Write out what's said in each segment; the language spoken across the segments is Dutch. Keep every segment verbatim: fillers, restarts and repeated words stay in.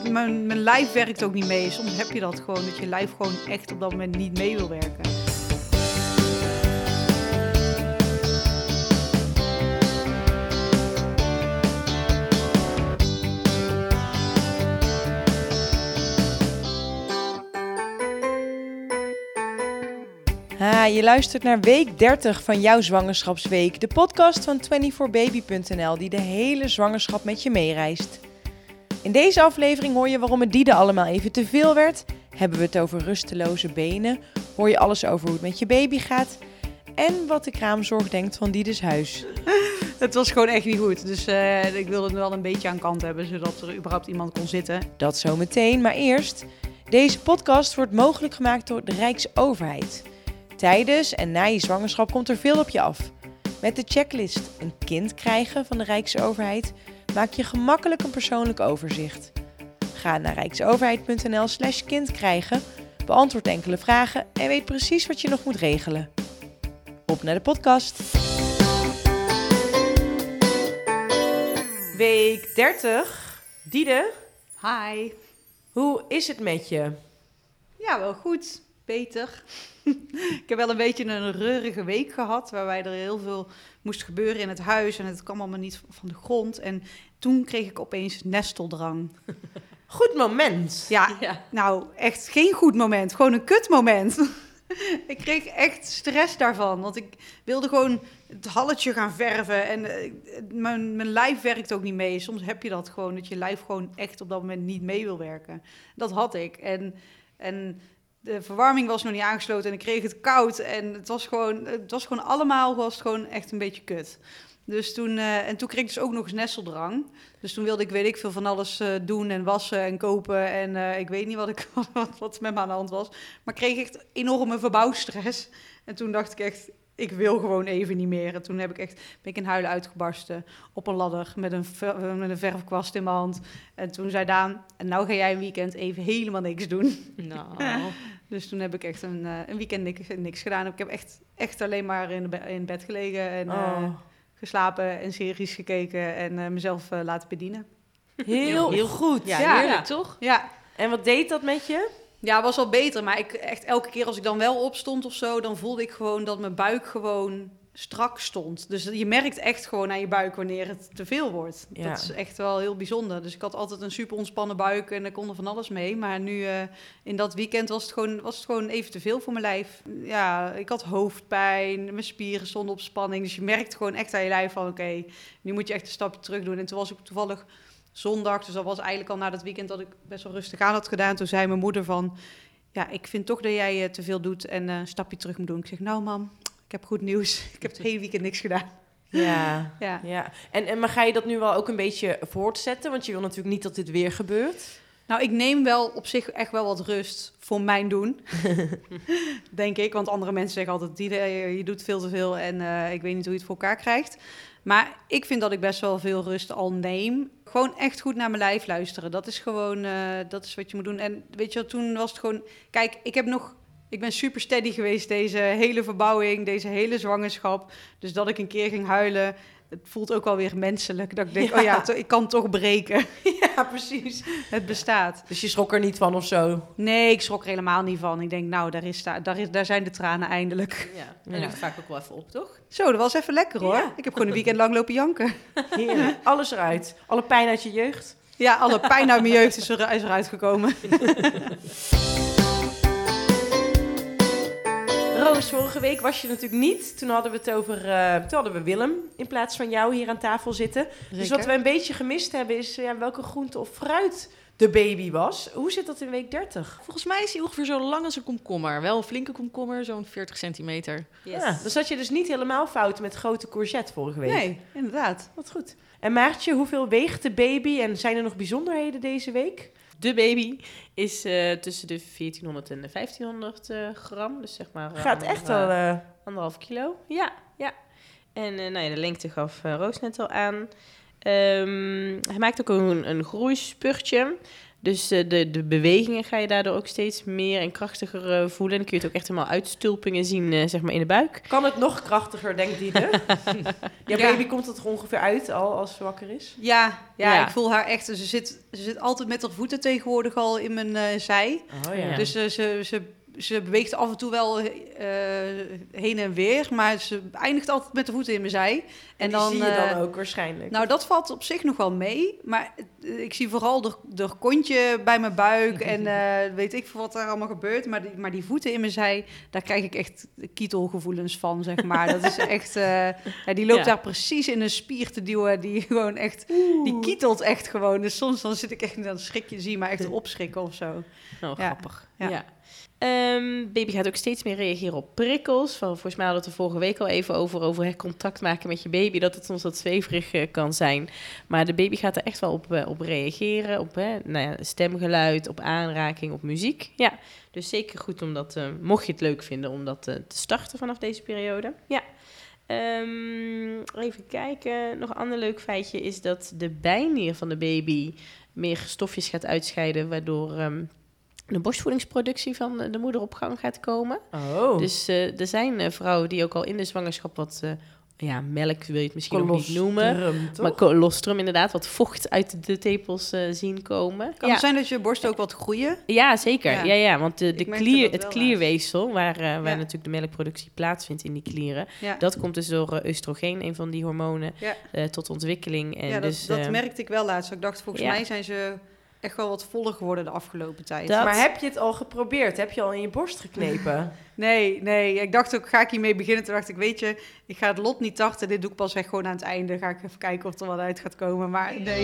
mijn, mijn lijf werkt ook niet mee. Soms heb je dat gewoon, dat je lijf gewoon echt op dat moment niet mee wil werken. Ha, je luistert naar week dertig van jouw zwangerschapsweek, de podcast van vierentwintig baby punt n l die de hele zwangerschap met je meereist. In deze aflevering hoor je waarom het Diede allemaal even te veel werd, hebben we het over rusteloze benen, hoor je alles over hoe het met je baby gaat en wat de kraamzorg denkt van Diedes huis. Het was gewoon echt niet goed, dus uh, ik wilde het wel een beetje aan kant hebben, zodat er überhaupt iemand kon zitten. Dat zometeen, maar eerst, deze podcast wordt mogelijk gemaakt door de Rijksoverheid. Tijdens en na je zwangerschap komt er veel op je af. Met de checklist een kind krijgen van de Rijksoverheid maak je gemakkelijk een persoonlijk overzicht. Ga naar rijksoverheid punt n l slash kind krijgen, beantwoord enkele vragen en weet precies wat je nog moet regelen. Op naar de podcast. Week dertig. Diede, Hi. hoe is het met je? Ja, wel goed. Beter. Ik heb wel een beetje een reurige week gehad, waarbij er heel veel moest gebeuren in het huis en het kwam allemaal niet van de grond. En toen kreeg ik opeens nesteldrang. Goed moment. Ja, ja. Nou, echt geen goed moment. Gewoon een kut moment. Ik kreeg echt stress daarvan, want ik wilde gewoon het halletje gaan verven en uh, mijn, mijn lijf werkt ook niet mee. Soms heb je dat gewoon, dat je lijf gewoon echt op dat moment niet mee wil werken. Dat had ik. En... en de verwarming was nog niet aangesloten en ik kreeg het koud. En het was gewoon, het was gewoon allemaal was het gewoon echt een beetje kut. Dus toen, uh, en toen kreeg ik dus ook nog eens nesteldrang. Dus toen wilde ik, weet ik veel, van alles uh, doen en wassen en kopen. En uh, ik weet niet wat, ik, wat, wat met me aan de hand was. Maar ik kreeg echt enorme verbouwstress. En toen dacht ik echt, ik wil gewoon even niet meer. En toen heb ik echt, ben ik in huilen uitgebarsten op een ladder met een, ver, met een verfkwast in mijn hand. En toen zei Daan, en nou ga jij een weekend even helemaal niks doen. Nou. Dus toen heb ik echt een, uh, een weekend niks, niks gedaan. Ik heb echt, echt alleen maar in, be- in bed gelegen en uh, Oh. geslapen en series gekeken en uh, mezelf uh, laten bedienen. Heel, heel goed. Ja, Ja. heerlijk, toch? Ja. En wat deed dat met je? Ja, was wel beter. Maar ik, echt elke keer als ik dan wel opstond of zo, dan voelde ik gewoon dat mijn buik gewoon strak stond. Dus je merkt echt gewoon aan je buik wanneer het te veel wordt. Ja. Dat is echt wel heel bijzonder. Dus ik had altijd een super ontspannen buik en daar kon er van alles mee. Maar nu uh, in dat weekend was het, gewoon, was het gewoon even te veel voor mijn lijf. Ja, ik had hoofdpijn, mijn spieren stonden op spanning. Dus je merkt gewoon echt aan je lijf van oké, okay, nu moet je echt een stapje terug doen. En toen was ik toevallig zondag, dus dat was eigenlijk al na dat weekend dat ik best wel rustig aan had gedaan. Toen zei mijn moeder van, ja, ik vind toch dat jij uh, te veel doet en uh, een stapje terug moet doen. Ik zeg, nou mam, ik heb goed nieuws. Ik heb het hele weekend niks gedaan. Ja, ja. ja. En, en maar ga je dat nu wel ook een beetje voortzetten? Want je wil natuurlijk niet dat dit weer gebeurt. Nou, ik neem wel op zich echt wel wat rust voor mijn doen. Denk ik, want andere mensen zeggen altijd, die, je doet veel te veel en uh, ik weet niet hoe je het voor elkaar krijgt. Maar ik vind dat ik best wel veel rust al neem. Gewoon echt goed naar mijn lijf luisteren. Dat is gewoon, uh, dat is wat je moet doen. En weet je wat, toen was het gewoon... Kijk, ik heb nog... Ik ben super steady geweest deze hele verbouwing, deze hele zwangerschap. Dus dat ik een keer ging huilen, het voelt ook wel weer menselijk. Dat ik denk, ja. oh ja, to- ik kan toch breken. Ja, precies. Het bestaat. Dus je schrok er niet van of zo? Nee, ik schrok er helemaal niet van. Ik denk, nou, daar, is, daar, is, daar zijn de tranen eindelijk. Ja, en Ja. lukt vaak ook wel even op, toch? Zo, dat was even lekker hoor. Ja. Ik heb gewoon een weekend lang lopen janken. Heerlijk. Alles eruit. Alle pijn uit je jeugd. Ja, alle pijn uit mijn jeugd is, er, is eruit gekomen. Roos, vorige week was je natuurlijk niet. Toen hadden we het over, uh, toen hadden we Willem in plaats van jou hier aan tafel zitten. Zeker. Dus wat we een beetje gemist hebben is ja, welke groente of fruit de baby was. Hoe zit dat in week dertig? Volgens mij is hij ongeveer zo lang als een komkommer. Wel een flinke komkommer, zo'n veertig centimeter. Yes. Ja, dan zat je dus niet helemaal fout met grote courgette vorige week. Nee, inderdaad. Wat goed. En Maartje, hoeveel weegt de baby en zijn er nog bijzonderheden deze week? De baby is uh, tussen de veertienhonderd en de vijftienhonderd uh, gram. Dus zeg maar... Uh, Gaat echt al... Uh... Anderhalf kilo. Ja, ja. En uh, nou ja, de lengte gaf uh, Roos net al aan. Um, hij maakt ook een, een groeispurtje. Dus uh, de, de bewegingen ga je daardoor ook steeds meer en krachtiger uh, voelen. En dan kun je het ook echt helemaal uitstulpingen zien, uh, zeg maar, in de buik. Kan het nog krachtiger, denkt Diede? Jouw Ja. baby komt het er ongeveer uit al als ze wakker is? Ja, ja, Ja. ik voel haar echt. Ze zit, ze zit altijd met haar voeten tegenwoordig al in mijn uh, zij. Oh ja. Dus uh, ze, ze, ze beweegt af en toe wel uh, heen en weer. Maar ze eindigt altijd met de voeten in mijn zij. En, En, dan die zie je uh, dan ook waarschijnlijk. Nou, dat valt op zich nog wel mee. Maar uh, ik zie vooral de, de kontje bij mijn buik. En uh, weet ik veel wat daar allemaal gebeurt. Maar die, maar die voeten in mijn zij, daar krijg ik echt kietelgevoelens van, zeg maar. Dat is echt... Uh, ja, die loopt Ja. daar precies in een spier te duwen. Die gewoon echt... Oeh. Die kietelt echt gewoon. Dus soms dan zit ik echt... Dan schrik je, zie je maar echt opschrikken of zo. Oh, Ja. grappig. Ja. Ja. Ehm, baby gaat ook steeds meer reageren op prikkels. Van, volgens mij hadden we het er vorige week al even over, over hè, contact maken met je baby, dat het soms wat zweverig uh, kan zijn. Maar de baby gaat er echt wel op, uh, op reageren, op hè, nou ja, stemgeluid, op aanraking, op muziek. Ja, dus zeker goed om dat, uh, mocht je het leuk vinden, om dat uh, te starten vanaf deze periode. Ja. Um, even kijken. Nog een ander leuk feitje is dat de bijnier van de baby meer stofjes gaat uitscheiden, waardoor um, de borstvoedingsproductie van de moeder op gang gaat komen. Oh. Dus uh, er zijn uh, vrouwen die ook al in de zwangerschap wat uh, ja, melk wil je het misschien nog niet noemen. Colostrum, toch? Maar colostrum inderdaad, wat vocht uit de tepels uh, zien komen. Kan ja. het zijn dat je borsten ook wat groeien? Ja, zeker. Ja. Ja, ja, want de, de Ik merkte klier, dat het wel klierweefsel, waar, uh, waar Ja. natuurlijk de melkproductie plaatsvindt in die klieren, Ja, dat komt dus door uh, oestrogeen, een van die hormonen, ja. uh, tot ontwikkeling. En ja dat, dus, dat uh, merkte ik wel laatst. Ik dacht, volgens ja. mij zijn ze echt wel wat voller geworden de afgelopen tijd. Dat- Maar heb je het al geprobeerd? Heb je al in je borst geknepen? Nee, nee. Ik dacht ook, ga ik hiermee beginnen? Toen dacht ik, weet je, ik ga het lot niet tarten. Dit doe ik pas echt gewoon aan het einde. Ga ik even kijken of er wat uit gaat komen. Maar nee.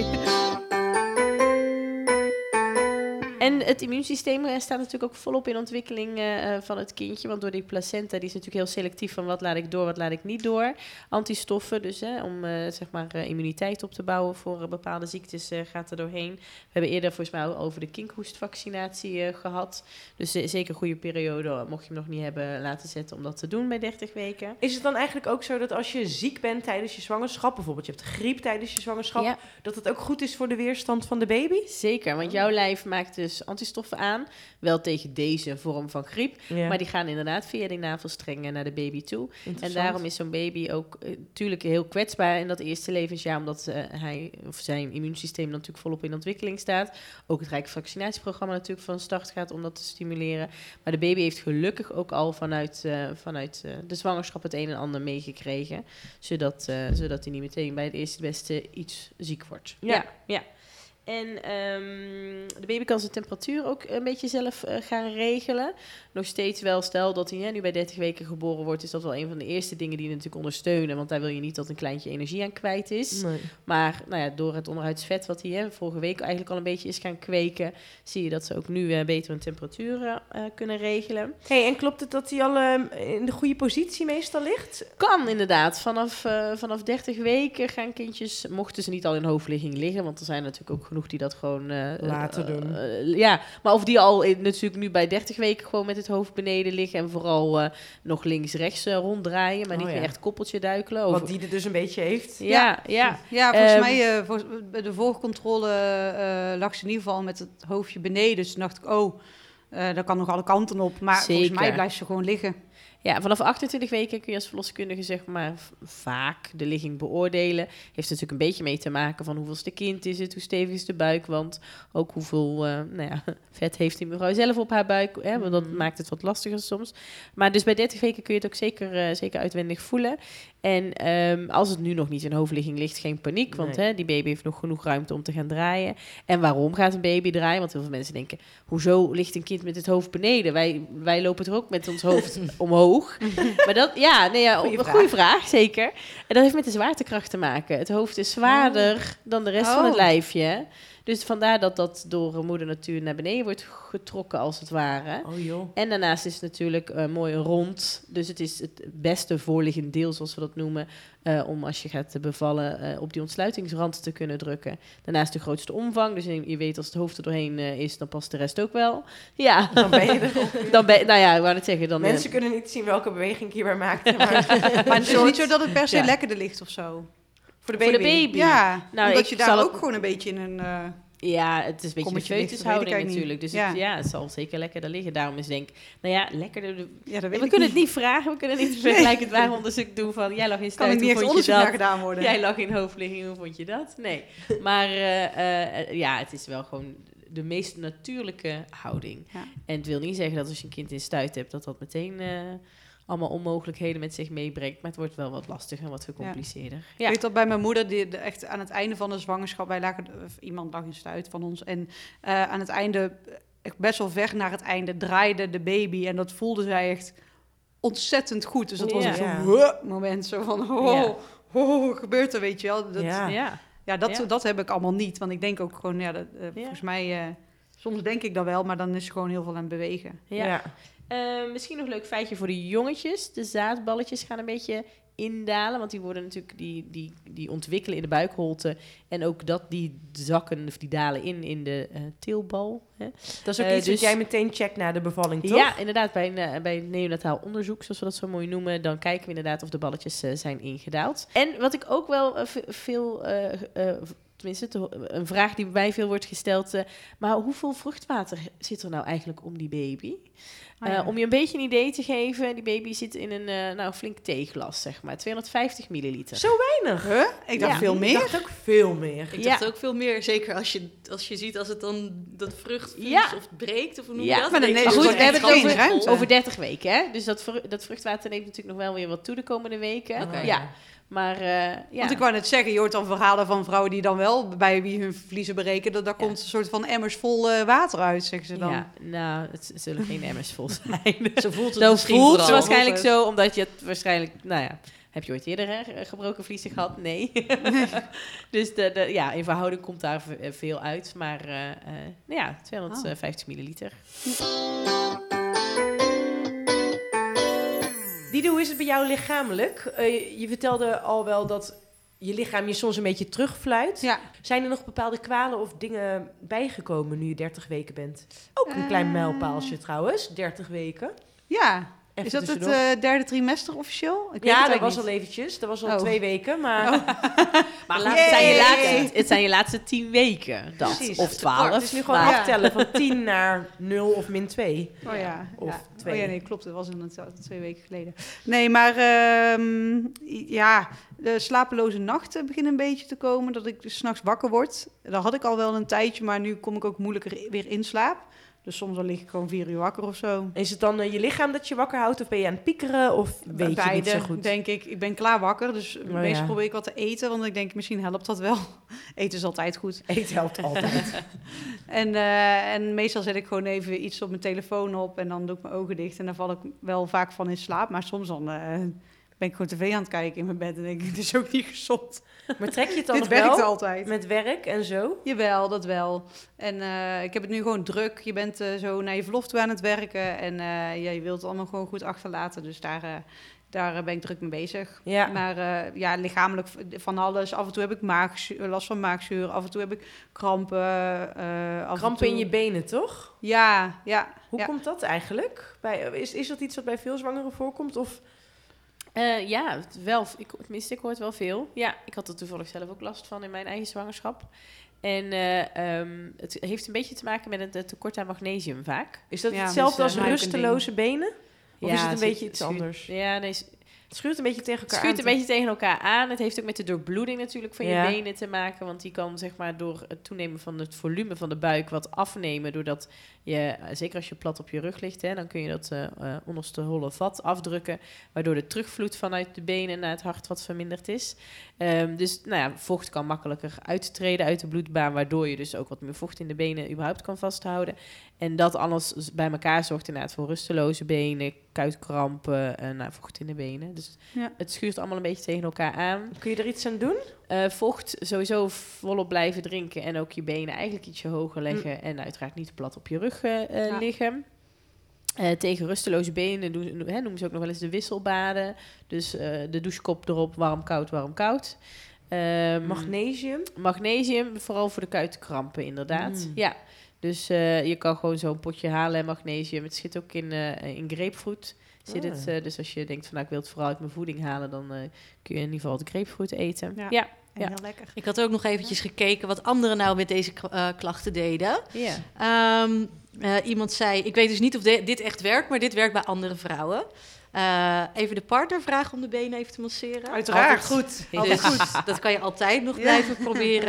En het immuunsysteem uh, staat natuurlijk ook volop in ontwikkeling uh, van het kindje. Want door die placenta, die is natuurlijk heel selectief van wat laat ik door, wat laat ik niet door. Antistoffen, dus hè, om uh, zeg maar uh, immuniteit op te bouwen voor uh, bepaalde ziektes uh, gaat er doorheen. We hebben eerder volgens mij al over de kinkhoestvaccinatie uh, gehad. Dus uh, zeker een goede periode, uh, mocht je hem nog niet hebben laten zetten om dat te doen bij dertig weken. Is het dan eigenlijk ook zo dat als je ziek bent tijdens je zwangerschap, bijvoorbeeld je hebt griep tijdens je zwangerschap, Ja. dat het ook goed is voor de weerstand van de baby? Zeker, want jouw lijf maakt dus antistoffen aan, wel tegen deze vorm van griep. Ja. Maar die gaan inderdaad via die navelstrengen naar de baby toe. En daarom is zo'n baby ook natuurlijk uh, heel kwetsbaar in dat eerste levensjaar, omdat uh, hij of zijn immuunsysteem natuurlijk volop in ontwikkeling staat. Ook het Rijksvaccinatieprogramma natuurlijk van start gaat om dat te stimuleren. Maar de baby heeft gelukkig ook al vanuit, uh, vanuit uh, de zwangerschap het een en ander meegekregen, zodat, uh, zodat hij niet meteen bij het eerste beste iets ziek wordt. Ja. ja. ja. En um, de baby kan zijn temperatuur ook een beetje zelf uh, gaan regelen. Nog steeds wel, stel dat hij hè, nu bij dertig weken geboren wordt, is dat wel een van de eerste dingen die je natuurlijk ondersteunen. Want daar wil je niet dat een kleintje energie aan kwijt is. Nee. Maar nou ja, door het onderhuidsvet wat hij hè, vorige week eigenlijk al een beetje is gaan kweken, zie je dat ze ook nu uh, beter hun temperatuur uh, kunnen regelen. Hey, en klopt het dat hij al uh, in de goede positie meestal ligt? Kan inderdaad. Vanaf, uh, vanaf dertig weken gaan kindjes, mochten ze niet al in hoofdligging liggen, want er zijn natuurlijk ook genoeg die dat gewoon uh, Laten uh, doen. Uh, ja, maar of die al in, natuurlijk nu bij dertig weken gewoon met het hoofd beneden liggen en vooral uh, nog links-rechts uh, ronddraaien, maar Oh, niet ja. meer echt koppeltje duikelen. Over... Wat die er dus een beetje heeft. Ja, ja. Ja, volgens Um, mij, uh, volgens, bij de voorcontrole uh, lag ze in ieder geval met het hoofdje beneden. Dus toen dacht ik, oh, uh, dat kan nog alle kanten op. Maar Zeker. volgens mij blijft ze gewoon liggen. Ja, vanaf achtentwintig weken kun je als verloskundige zeg maar v- vaak de ligging beoordelen. Heeft natuurlijk een beetje mee te maken van hoeveelste kind is het, hoe stevig is de buikwand. Ook hoeveel uh, nou ja, vet heeft die mevrouw zelf op haar buik. Hè, want dat Mm. maakt het wat lastiger soms. Maar dus bij dertig weken kun je het ook zeker, uh, zeker uitwendig voelen. En um, als het nu nog niet in hoofdligging ligt, geen paniek. Want Nee. hè, die baby heeft nog genoeg ruimte om te gaan draaien. En waarom gaat een baby draaien? Want heel veel mensen denken, hoezo ligt een kind met het hoofd beneden? Wij, wij lopen er ook met ons hoofd omhoog. Maar dat, ja, nee, ja Goeie een vraag. goede vraag, zeker. En dat heeft met de zwaartekracht te maken. Het hoofd is zwaarder dan de rest van het Oh. lijfje. Dus vandaar dat dat door moeder natuur naar beneden wordt getrokken, als het ware. Oh joh. En daarnaast is het natuurlijk uh, mooi rond. Dus het is het beste voorliggend deel, zoals we dat noemen, uh, om als je gaat bevallen uh, op die ontsluitingsrand te kunnen drukken. Daarnaast de grootste omvang. Dus je weet als het hoofd er doorheen uh, is, dan past de rest ook wel. Ja. Dan ben je er. Dan ben, nou ja, ik wou net zeggen. Dan, Mensen uh, kunnen niet zien welke beweging ik hierbij maakte. Maar, Maar het is niet zo dat het per se Ja. lekkerder ligt of zo. voor de Voor baby. de baby. Ja, Nou, omdat ik je daar zal ook het- gewoon een beetje in een... uh, Ja, het is een beetje Kommetje de ligt, dat foetushouding weet ik natuurlijk. Dus eigenlijk het, niet. ja, het zal zeker lekker daar liggen. Daarom is denk ik, nou ja, lekker. De, Ja, dat weet we ik kunnen niet. het niet vragen, we kunnen niet vergelijkend waar onderzoek doen van, jij lag in Kan er stuit, niet hoe echt vond je onderzoek naar dat? gedaan worden. Jij lag in hoofdligging, hoe vond je dat? Nee. Maar uh, uh, ja, het is wel gewoon de meest natuurlijke houding. Ja. En het wil niet zeggen dat als je een kind in stuit hebt, dat dat meteen uh, allemaal onmogelijkheden met zich meebrengt. Maar het wordt wel wat lastiger en wat gecompliceerder. Ja. Ik weet dat bij mijn moeder, die de, echt aan het einde van de zwangerschap, wij lagen, of iemand lag in stuit van ons. En uh, aan het einde, echt best wel ver naar het einde, draaide de baby. En dat voelde zij echt ontzettend goed. Dus dat was Ja. echt zo'n Ja. huh, moment. Zo van, oh, Ja. oh, oh, wat gebeurt er, weet je wel. Dat, Ja. Ja. Ja, dat, Ja. dat heb ik allemaal niet. Want ik denk ook gewoon, ja, dat, uh, Ja. volgens mij... Uh, soms denk ik dat wel, maar dan is er gewoon heel veel aan het bewegen. Ja. Ja. Uh, misschien nog een leuk feitje voor de jongetjes. De zaadballetjes gaan een beetje indalen, want die worden natuurlijk die, die, die ontwikkelen in de buikholte en ook dat die zakken of die dalen in in de uh, teelbal. Hè. Dat is ook Uh, iets dus- wat jij meteen checkt na de bevalling, toch? Ja, inderdaad. Bij een, uh, bij een neonataal onderzoek, zoals we dat zo mooi noemen, dan kijken we inderdaad of de balletjes uh, zijn ingedaald. En wat ik ook wel uh, v- veel, uh, uh, tenminste te, een vraag die bij mij veel wordt gesteld, uh, maar hoeveel vruchtwater zit er nou eigenlijk om die baby? Ah, ja. Uh, om je een beetje een idee te geven, die baby zit in een uh, nou, flink theeglas, zeg maar, tweehonderdvijftig milliliter. Zo weinig. Huh? Ik dacht Ja. veel Ik meer. dacht ook veel meer. Ik Ja. dacht ook veel meer, zeker als je, als je ziet als het dan dat vrucht Ja. of breekt, of hoe noem Ja. je dat? Maar dan Weet neemt je, het Maar goed, zo we gewoon hebben het echt over, geen ruimte. over dertig weken, hè? Dus dat, vru- dat vruchtwater neemt natuurlijk nog wel weer wat toe de komende weken. Oké. Ja, maar uh, ja. Want ik wou net zeggen, je hoort dan verhalen van vrouwen die dan wel bij wie hun verliezen berekenen. Daar Ja. komt een soort van emmers vol uh, water uit, zeggen ze dan. Ja, nou, het z- zullen geen emmers vol zijn. Zo voelt het Dat misschien voelt vooral. waarschijnlijk zo, omdat je het waarschijnlijk, nou ja, heb je ooit eerder hè, gebroken vliezen gehad? Nee. Dus de, de, ja, in verhouding komt daar v- veel uit, maar uh, uh, nou ja, tweehonderdvijftig milliliter. Dido, hoe is het bij jou lichamelijk? Uh, je vertelde al wel dat je lichaam je soms een beetje terugfluit. Ja. Zijn er nog bepaalde kwalen of dingen bijgekomen nu je dertig weken bent? Ook een klein Eh. mijlpaaltje trouwens, dertig weken. Ja. Even Is dat het tussendoor. uh, derde trimester officieel? Ik weet Ja, het dat was eigenlijk al eventjes. Dat was al Oh. twee weken, maar... Maar Yay! het zijn, je laatste, het zijn je laatste tien weken, dat. Precies. Of twaalf. Het is nu gewoon maar- aftellen van tien naar nul of min twee. niet. Oh ja. Of ja. twee. Oh ja, nee, klopt. Dat was inderdaad twee weken geleden. Nee, maar ehm, ja, de slapeloze nachten beginnen een beetje te komen. Dat ik dus 's nachts wakker word. Dat had ik al wel een tijdje, maar nu kom ik ook moeilijker weer in slaap. Dus soms dan lig ik gewoon vier uur wakker of zo. Is het dan uh, je lichaam dat je wakker houdt of ben je aan het piekeren of weet je Beide, niet zo goed? denk ik. Ik ben klaar wakker, dus Oh, meestal ja. probeer ik wat te eten. Want ik denk, misschien helpt dat wel. Eten is altijd goed. Eten helpt altijd. En, uh, en meestal zet ik gewoon even iets op mijn telefoon op en dan doe ik mijn ogen dicht. En dan val ik wel vaak van in slaap. Maar soms dan uh, ben ik gewoon tv aan het kijken in mijn bed en denk ik, dit is ook niet gezond. Maar trek je het dan Dit nog werkt wel altijd. met werk en zo? Jawel, dat wel. En uh, ik heb het nu gewoon druk. Je bent uh, zo naar je verlof toe aan het werken. En uh, ja, je wilt het allemaal gewoon goed achterlaten. Dus daar, uh, daar ben ik druk mee bezig. Ja. Maar uh, ja, lichamelijk van alles. Af en toe heb ik maagzuur, last van maagzuur. Af en toe heb ik krampen. Uh, af Krampen en in toe... je benen, toch? Ja, ja. Hoe ja. komt dat eigenlijk? Bij, is, is dat iets wat bij veel zwangeren voorkomt? Of... Uh, ja, het wel. Ik, tenminste, ik hoor het wel veel. Ja, ik had er toevallig zelf ook last van in mijn eigen zwangerschap. En uh, um, het heeft een beetje te maken met het tekort aan magnesium vaak. Is dat Ja, hetzelfde dus, uh, als ruik een rusteloze benen? Of Ja, is het een het beetje schuurt- iets het schuurt- anders? Ja, nee, s- Het schuurt een beetje tegen het elkaar schuurt aan. een beetje tegen elkaar aan. Het heeft ook met de doorbloeding natuurlijk van Ja. je benen te maken. Want die kan zeg maar door het toenemen van het volume van de buik wat afnemen. Doordat je, zeker als je plat op je rug ligt, hè, dan kun je dat uh, uh, onderste holle vat afdrukken. Waardoor de terugvloed vanuit de benen naar het hart wat verminderd is. Um, dus nou ja, vocht kan makkelijker uittreden uit de bloedbaan. Waardoor je dus ook wat meer vocht in de benen überhaupt kan vasthouden. En dat alles bij elkaar zorgt inderdaad voor rusteloze benen, kuitkrampen en nou, vocht in de benen. Dus Ja. het schuurt allemaal een beetje tegen elkaar aan. Kun je er iets aan doen? Uh, vocht sowieso volop blijven drinken en ook je benen eigenlijk ietsje hoger leggen. Mm. En uiteraard niet plat op je rug uh, uh, Ja. liggen. Uh, tegen rusteloze benen doen, hè, noemen ze ook nog wel eens de wisselbaden. Dus uh, de douchekop erop, warm, koud, warm, koud. Um, Magnesium? Magnesium, vooral voor de kuitkrampen inderdaad. Mm. Ja, dus uh, je kan gewoon zo'n potje halen, magnesium. Het zit ook in, uh, in grapefruit. Zit Ah. het, uh, dus als je denkt van nou, ik wil het vooral uit mijn voeding halen, dan uh, kun je in ieder geval de grapefruit eten. Ja. Ja. En Ja. heel lekker. Ik had ook nog eventjes gekeken wat anderen nou met deze uh, klachten deden. Ja. Um, uh, iemand zei, ik weet dus niet of de, dit echt werkt, maar dit werkt bij andere vrouwen. Uh, even de partner vragen om de benen even te masseren. Uiteraard. Altijd goed. Dus Altijd goed. dat kan je altijd nog Ja. blijven proberen.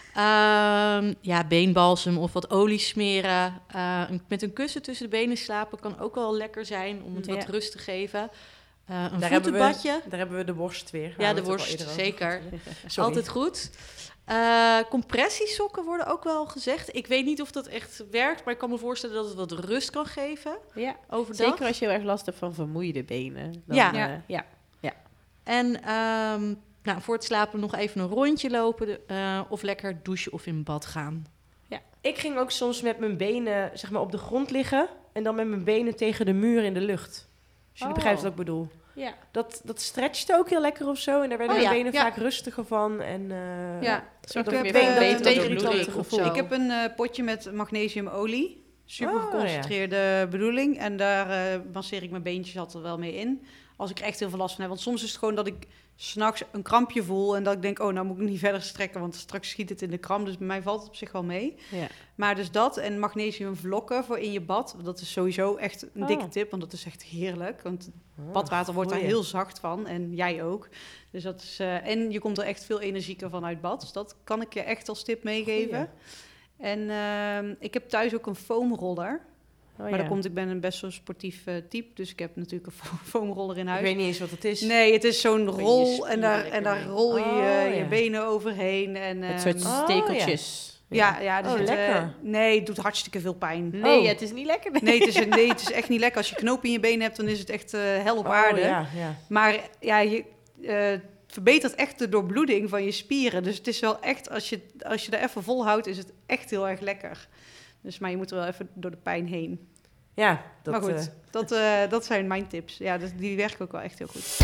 Um, ja, beenbalsem of wat olie smeren. Uh, een- met een kussen tussen de benen slapen kan ook wel lekker zijn om het Ja. wat rust te geven. Uh, een Daar hebben, voetenbadje. we, daar hebben we de worst weer. Ja, de worst, zeker. Sorry. Altijd goed. Uh, compressiesokken worden ook wel gezegd. Ik weet niet of dat echt werkt, maar ik kan me voorstellen dat het wat rust kan geven Ja. overdag. Zeker als je heel erg last hebt van vermoeide benen. Dan, Ja. eh, Ja. ja. En um, nou, voor het slapen nog even een rondje lopen uh, of lekker douchen of in bad gaan. Ik ging ook soms met mijn benen zeg maar, op de grond liggen en dan met mijn benen tegen de muur in de lucht. Als jullie Oh. begrijpen wat ik bedoel. Ja. Dat, dat stretchte ook heel lekker of zo. En daar werden Oh, mijn ja, benen ja. vaak rustiger van. En, uh, Ja, Zorg Ik ook heb, weer voor eh, een betere tegen doorbloeding bloeding of of zo. Ik heb een uh, potje met magnesiumolie. Super Oh, geconcentreerde bedoeling. En daar uh, masseer ik mijn beentjes altijd wel mee in. Als ik er echt heel veel last van heb. Want soms is het gewoon dat ik 's nachts een krampje voel. En dat ik denk, oh, nou moet ik niet verder strekken. Want straks schiet het in de kramp. Dus bij mij valt het op zich wel mee. Ja. Maar dus dat en magnesiumvlokken voor in je bad. Dat is sowieso echt een Oh. dikke tip. Want dat is echt heerlijk. Want Oh, badwater wordt daar goeie. heel zacht van. En jij ook. Dus dat is, uh, en je komt er echt veel energieker van uit bad. Dus dat kan ik je echt als tip meegeven. Goeie. En uh, ik heb thuis ook een foamroller. Oh, maar ja. dat komt, ik ben een best zo sportief uh, type. Dus ik heb natuurlijk een fo- foamroller in huis. Ik weet niet eens wat het is. Nee, het is zo'n Kun je rol spieren en daar, lekker en daar mee. rol je Oh, je ja. benen overheen. En, Het ehm, soort Oh, stekeltjes. ja, ja, er Oh, zit, uh, lekker. nee, het doet hartstikke veel pijn. Nee, Oh. het is niet lekker. Nee, het is, nee, het is echt niet lekker. Als je knoop in je benen hebt, dan is het echt uh, hel op Oh, aarde. ja, ja. Maar ja, je uh, verbetert echt de doorbloeding van je spieren. Dus het is wel echt, als je, als je er even volhoudt, is het echt heel erg lekker. Dus, maar je moet er wel even door de pijn heen. Ja, dat, maar goed, uh, dat, uh, dat zijn mijn tips. Ja, dus die werken ook wel echt heel goed.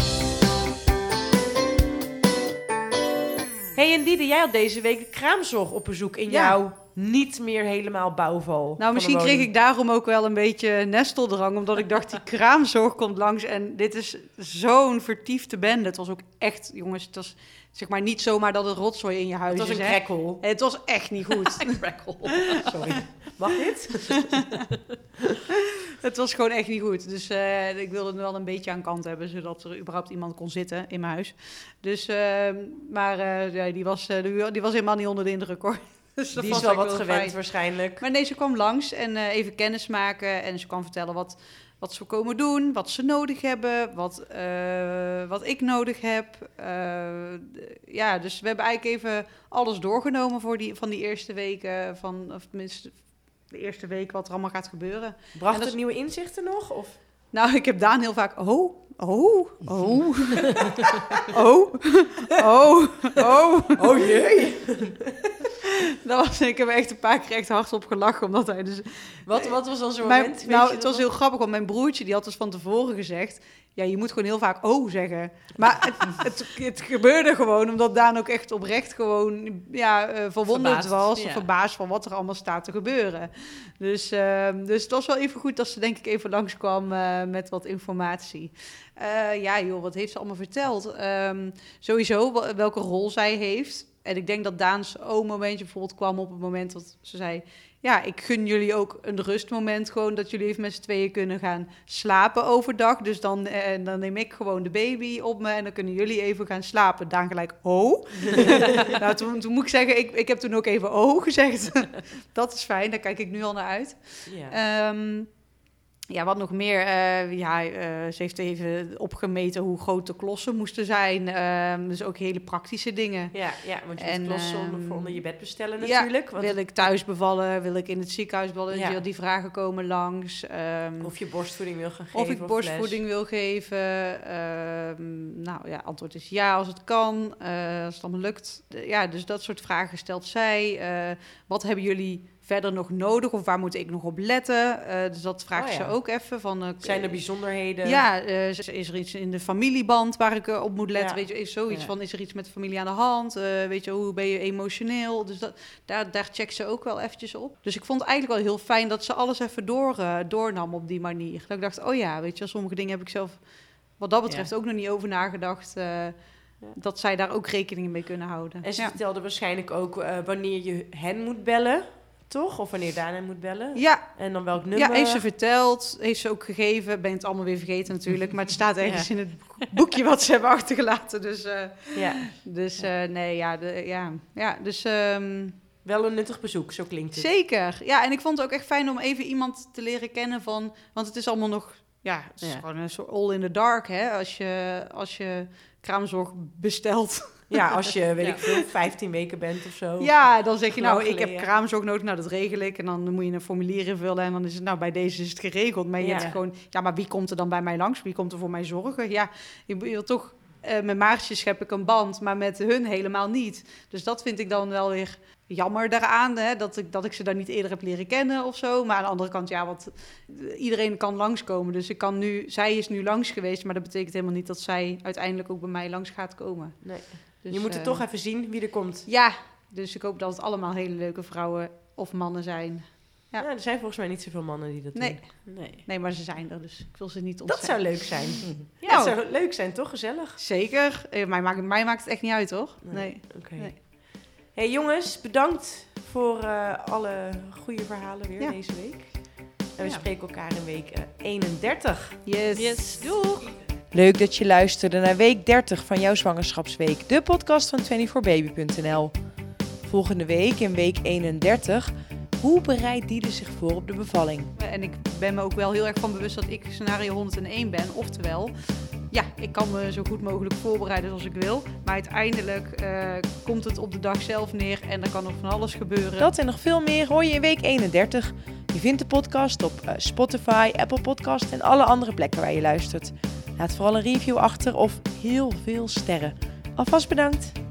Hey, en Diede, jij had deze week de kraamzorg op bezoek in Ja. jouw niet meer helemaal bouwval. Nou, misschien kreeg ik daarom ook wel een beetje nesteldrang, omdat ik dacht, die kraamzorg komt langs en dit is zo'n vertiefde bende. Het was ook echt, jongens, het was zeg maar niet zomaar dat het rotzooi in je huis Het was is. een hè. krekkel. Het was echt niet goed. Sorry. Mag dit? Het was gewoon echt niet goed. Dus uh, ik wilde er wel een beetje aan kant hebben, zodat er überhaupt iemand kon zitten in mijn huis. Dus, uh, maar uh, ja, die, was, uh, die was helemaal niet onder de indruk, hoor. Dus dat Die is vond wel ik wat gewend fijn. waarschijnlijk. Maar nee, ze kwam langs en uh, even kennis maken. En ze kwam vertellen wat, wat ze komen doen, wat ze nodig hebben, wat, uh, wat ik nodig heb. Uh, ja, dus we hebben eigenlijk even alles doorgenomen voor die, van die eerste weken. Van, of tenminste, de eerste week wat er allemaal gaat gebeuren. Bracht dat het is- nieuwe inzichten nog? Of? Nou, ik heb Daan heel vaak... Oh, oh, oh, oh, oh, oh. Oh jee! Dat was, ik heb er echt een paar keer echt hard op gelachen, omdat hij dus... Wat, wat was dan zo'n Mijn- moment? Weet nou, je het dat was nog? heel grappig, want mijn broertje die had dus van tevoren gezegd... Ja, je moet gewoon heel vaak oh zeggen. Maar het, het, het gebeurde gewoon, omdat Daan ook echt oprecht gewoon ja, uh, verwonderd Verbaasd, was. ja. Of verbaasd van wat er allemaal staat te gebeuren. Dus, uh, dus het was wel even goed dat ze denk ik even langskwam uh, met wat informatie. Uh, ja joh, wat heeft ze allemaal verteld? Um, sowieso wel- welke rol zij heeft. En ik denk dat Daans oh-momentje bijvoorbeeld kwam op het moment dat ze zei... Ja, ik gun jullie ook een rustmoment gewoon... dat jullie even met z'n tweeën kunnen gaan slapen overdag. Dus dan, eh, dan neem ik gewoon de baby op me... en dan kunnen jullie even gaan slapen. Daan gelijk, oh? nou, toen, toen moet ik zeggen, ik, ik heb toen ook even oh gezegd. Dat is fijn, daar kijk ik nu al naar uit. Ja. Um, ja, wat nog meer? Uh, ja, uh, ze heeft even opgemeten hoe groot de klossen moesten zijn. Um, dus ook hele praktische dingen. Ja, ja, want je moet En, klossen onder, ehm, voor onder je bed bestellen Ja, natuurlijk. want wil ik thuis bevallen? Wil ik in het ziekenhuis bevallen? Ja. Die, die vragen komen langs. Um, Of je borstvoeding wil gaan geven. of ik fles. borstvoeding wil geven. Um, nou ja, antwoord is ja als het kan. Uh, als het allemaal lukt. De- ja, dus dat soort vragen stelt zij. Uh, wat hebben jullie verder nog nodig? Of waar moet ik nog op letten? Uh, dus dat vraagt Oh ja. ze ook even. Van, uh, Zijn er bijzonderheden? Ja, uh, is is er iets in de familieband waar ik uh, op moet letten? Ja. Weet je, is zoiets Ja. van, is er iets met de familie aan de hand? Uh, weet je, hoe ben je emotioneel? Dus dat, daar, daar checkt ze ook wel eventjes op. Dus ik vond het eigenlijk wel heel fijn dat ze alles even door, uh, doornam op die manier. Dat ik dacht, oh ja, weet je, sommige dingen heb ik zelf wat dat betreft Ja. ook nog niet over nagedacht. Uh, Ja. dat zij daar ook rekening mee kunnen houden. En ze ja. vertelde waarschijnlijk ook uh, wanneer je hen moet bellen, toch? Of wanneer Daan hen moet bellen. Ja, En dan welk nummer. ja, heeft ze verteld, heeft ze ook gegeven. Ben het allemaal weer vergeten natuurlijk, maar het staat ergens Ja. in het boekje wat ze hebben achtergelaten. Dus, uh, Ja. dus uh, nee, ja, de, ja, ja, dus um, wel een nuttig bezoek, zo klinkt het. Zeker. Ja, en ik vond het ook echt fijn om even iemand te leren kennen van, want het is allemaal nog, ja, het is Ja. gewoon een soort all in the dark, hè, als je, als je kraamzorg bestelt. Ja, als je, weet Ja. ik veel, vijftien weken bent of zo. Ja, dan zeg je Lang nou, ik heb geleden. kraamzorg nodig, nou dat regel ik. En dan moet je een formulier invullen en dan is het, nou bij deze is het geregeld. Maar je Ja. hebt gewoon, ja, maar wie komt er dan bij mij langs? Wie komt er voor mij zorgen? Ja, je wil toch, uh, met Maartjes heb ik een band, maar met hun helemaal niet. Dus dat vind ik dan wel weer jammer daaraan, hè, dat ik, dat ik ze daar niet eerder heb leren kennen of zo. Maar aan de andere kant, ja, want iedereen kan langskomen. Dus ik kan nu, zij is nu langs geweest, maar dat betekent helemaal niet dat zij uiteindelijk ook bij mij langs gaat komen. Nee. Dus, je moet er uh, toch even zien wie er komt. Ja, dus ik hoop dat het allemaal hele leuke vrouwen of mannen zijn. Ja. Ja, er zijn volgens mij niet zoveel mannen die dat Nee, doen. Nee. nee, maar ze zijn er, dus ik wil ze niet Dat ontzeggen. zou leuk zijn. Ja, Nou. dat zou leuk zijn, toch? Gezellig. Zeker. Eh, mij, maakt, mij maakt het echt niet uit, hoor. Nee. Nee. Oké. Nee. Hey jongens, bedankt voor uh, alle goede verhalen weer Ja. deze week. En we Ja. spreken elkaar in week uh, eenendertig. Yes. Yes, doeg! Leuk dat je luisterde naar week dertig van jouw zwangerschapsweek, de podcast van vierentwintig baby punt n l. Volgende week in week eenendertig, hoe bereidt Diede zich voor op de bevalling? En ik ben me ook wel heel erg van bewust dat ik scenario honderdéén ben. Oftewel, ja, ik kan me zo goed mogelijk voorbereiden als ik wil. Maar uiteindelijk uh, komt het op de dag zelf neer en er kan nog van alles gebeuren. Dat en nog veel meer hoor je in week eenendertig. Je vindt de podcast op uh, Spotify, Apple Podcast en alle andere plekken waar je luistert. Laat vooral een review achter of heel veel sterren. Alvast bedankt!